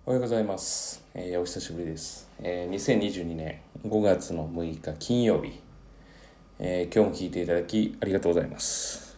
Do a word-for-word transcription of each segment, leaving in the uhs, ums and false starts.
おはようございます。えー、お久しぶりです。えー、にせんにじゅうにねんごがつのむいか金曜日、えー、今日も聞いていただきありがとうございます。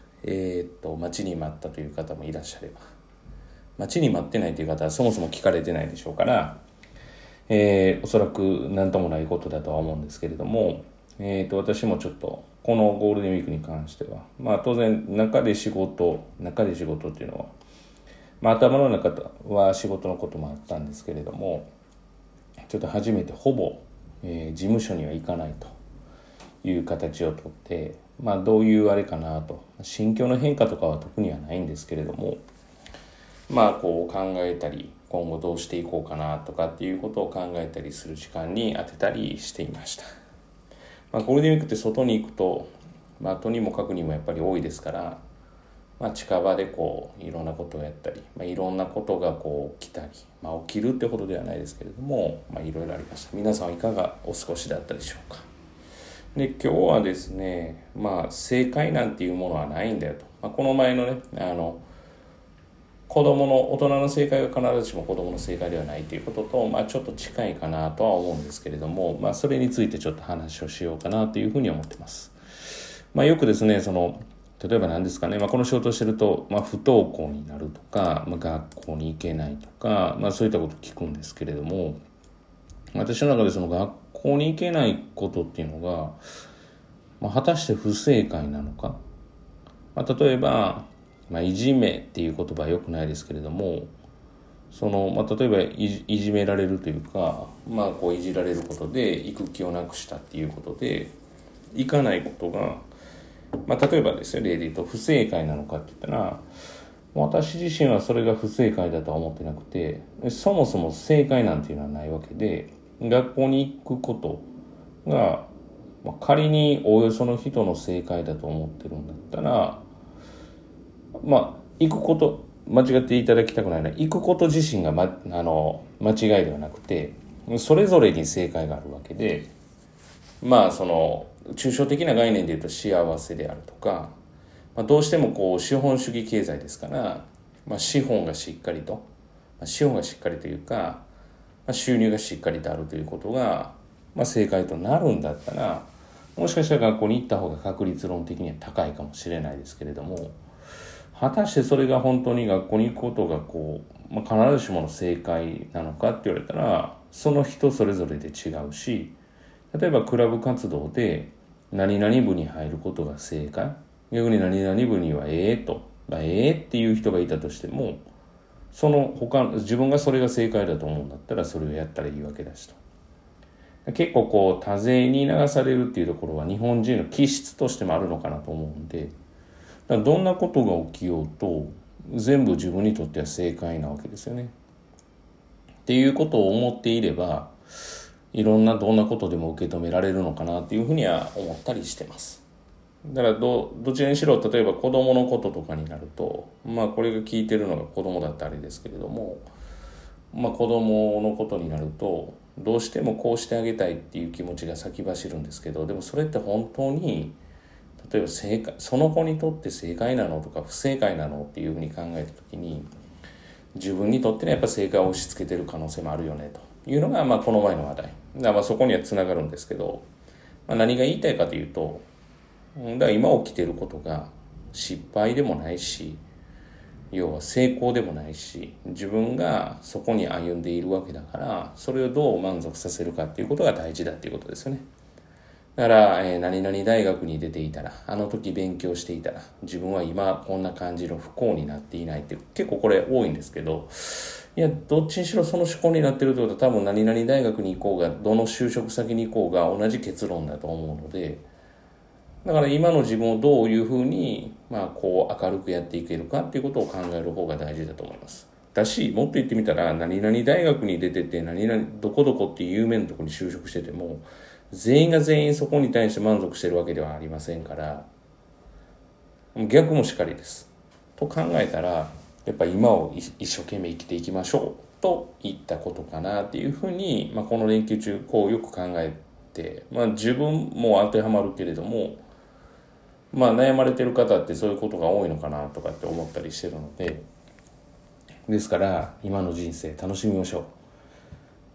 えー、っと待ちに待ったという方もいらっしゃれば、待ちに待ってないという方はそもそも聞かれてないでしょうから、えー、おそらく何ともないことだとは思うんですけれども、えー、っと私もちょっとこのゴールデンウィークに関しては、まあ当然中で仕事中で仕事っていうのはまあ、頭の中は仕事のこともあったんですけれども、ちょっと初めてほぼ、えー、事務所には行かないという形をとって、まあどういうあれかなと、心境の変化とかは特にはないんですけれども、まあこう考えたり、今後どうしていこうかなとかっていうことを考えたりする時間に当てたりしていました。まあゴールデンウィークって外に行くと、まあとにもかくにもやっぱり多いですから、まあ、近場でこういろんなことをやったり、まあ、いろんなことがこう起きたり、まあ、起きるってほどではないですけれども、まあ、いろいろありました。皆さんはいかがお過ごしだったでしょうか。で今日はですね、まあ正解なんていうものはないんだよと、まあ、この前のねあの子供の大人の正解が必ずしも子供の正解ではないということと、まあ、ちょっと近いかなとは思うんですけれども、まあ、それについてちょっと話をしようかなというふうに思ってます。まあ、よくですねその例えば何ですかね、まあ、この仕事をしてると、まあ、不登校になるとか、まあ、学校に行けないとか、まあ、そういったことを聞くんですけれども、私の中でその学校に行けないことっていうのが、まあ、果たして不正解なのか、まあ、例えば、まあ、いじめっていう言葉は良くないですけれども、その、まあ、例えばい、いじめられるというか、まあ、こういじられることで行く気をなくしたっていうことで行かないことが、まあ、例えばですよ、例で言うと不正解なのかって言ったら、私自身はそれが不正解だとは思ってなくて、そもそも正解なんていうのはないわけで、学校に行くことが、まあ、仮におおよその人の正解だと思ってるんだったら、まあ行くこと間違っていただきたくないのは、行くこと自身が、ま、あの間違いではなくて、それぞれに正解があるわけで、まあその抽象的な概念でいうと幸せであるとか、まあ、どうしてもこう資本主義経済ですから、まあ、資本がしっかりと、まあ、資本がしっかりというか、まあ、収入がしっかりとあるということが、まあ、正解となるんだったら、もしかしたら学校に行った方が確率論的には高いかもしれないですけれども、果たしてそれが本当に学校に行くことがこう、まあ、必ずしもの正解なのかって言われたら、その人それぞれで違うし、例えばクラブ活動で何々部に入ることが正解、逆に何々部にはええと、まあ、ええっていう人がいたとしても、その他自分がそれが正解だと思うんだったらそれをやったらいいわけだしと。結構こう多勢に流されるっていうところは日本人の気質としてもあるのかなと思うんで、だからどんなことが起きようと全部自分にとっては正解なわけですよね。っていうことを思っていれば、いろんなどんなことでも受け止められるのかなっていうふうには思ったりしてます。だからどどちらにしろ、例えば子供のこととかになると、まあこれが聞いてるのが子供だったらあれですけれども、まあ子供のことになるとどうしてもこうしてあげたいっていう気持ちが先走るんですけど、でもそれって本当に例えば正解、その子にとって正解なのとか不正解なのっていうふうに考えた時に、自分にとってのやっぱ正解を押し付けてる可能性もあるよねというのが、まあこの前の話題だからまあそこにはつながるんですけど、まあ、何が言いたいかというと、だから今起きていることが失敗でもないし、要は成功でもないし、自分がそこに歩んでいるわけだから、それをどう満足させるかっていうことが大事だっていうことですよね。だから、えー、何々大学に出ていたら、あの時勉強していたら、自分は今こんな感じの不幸になっていないって結構これ多いんですけど、いやどっちにしろその思考になってるってことは、多分何々大学に行こうがどの就職先に行こうが同じ結論だと思うので、だから今の自分をどういうふうに、まあ、こう明るくやっていけるかっていうことを考える方が大事だと思います。だし、もっと言ってみたら、何々大学に出てて何々どこどこっていう有名なところに就職してても、全員が全員そこに対して満足してるわけではありませんから、逆もしかりですと考えたら、やっぱ今を一生懸命生きていきましょうといったことかなっていうふうに、まあ、この連休中こうよく考えて、まあ、自分も当てはまるけれども、まあ、悩まれてる方ってそういうことが多いのかなとかって思ったりしてるので、ですから今の人生楽しみましょ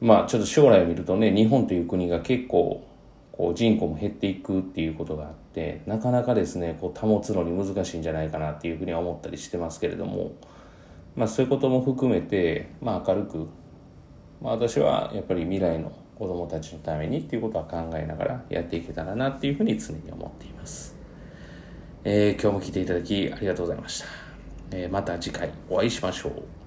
まあちょっと将来を見るとね、日本という国が結構こう人口も減っていくっていうことがあって、なかなかですねこう保つのに難しいんじゃないかなっていうふうには思ったりしてますけれども、まあそういうことも含めて、まあ明るく、まあ私はやっぱり未来の子どもたちのためにっていうことは考えながらやっていけたらなっていうふうに常に思っています。えー、今日も聞いていただきありがとうございました。えー、また次回お会いしましょう。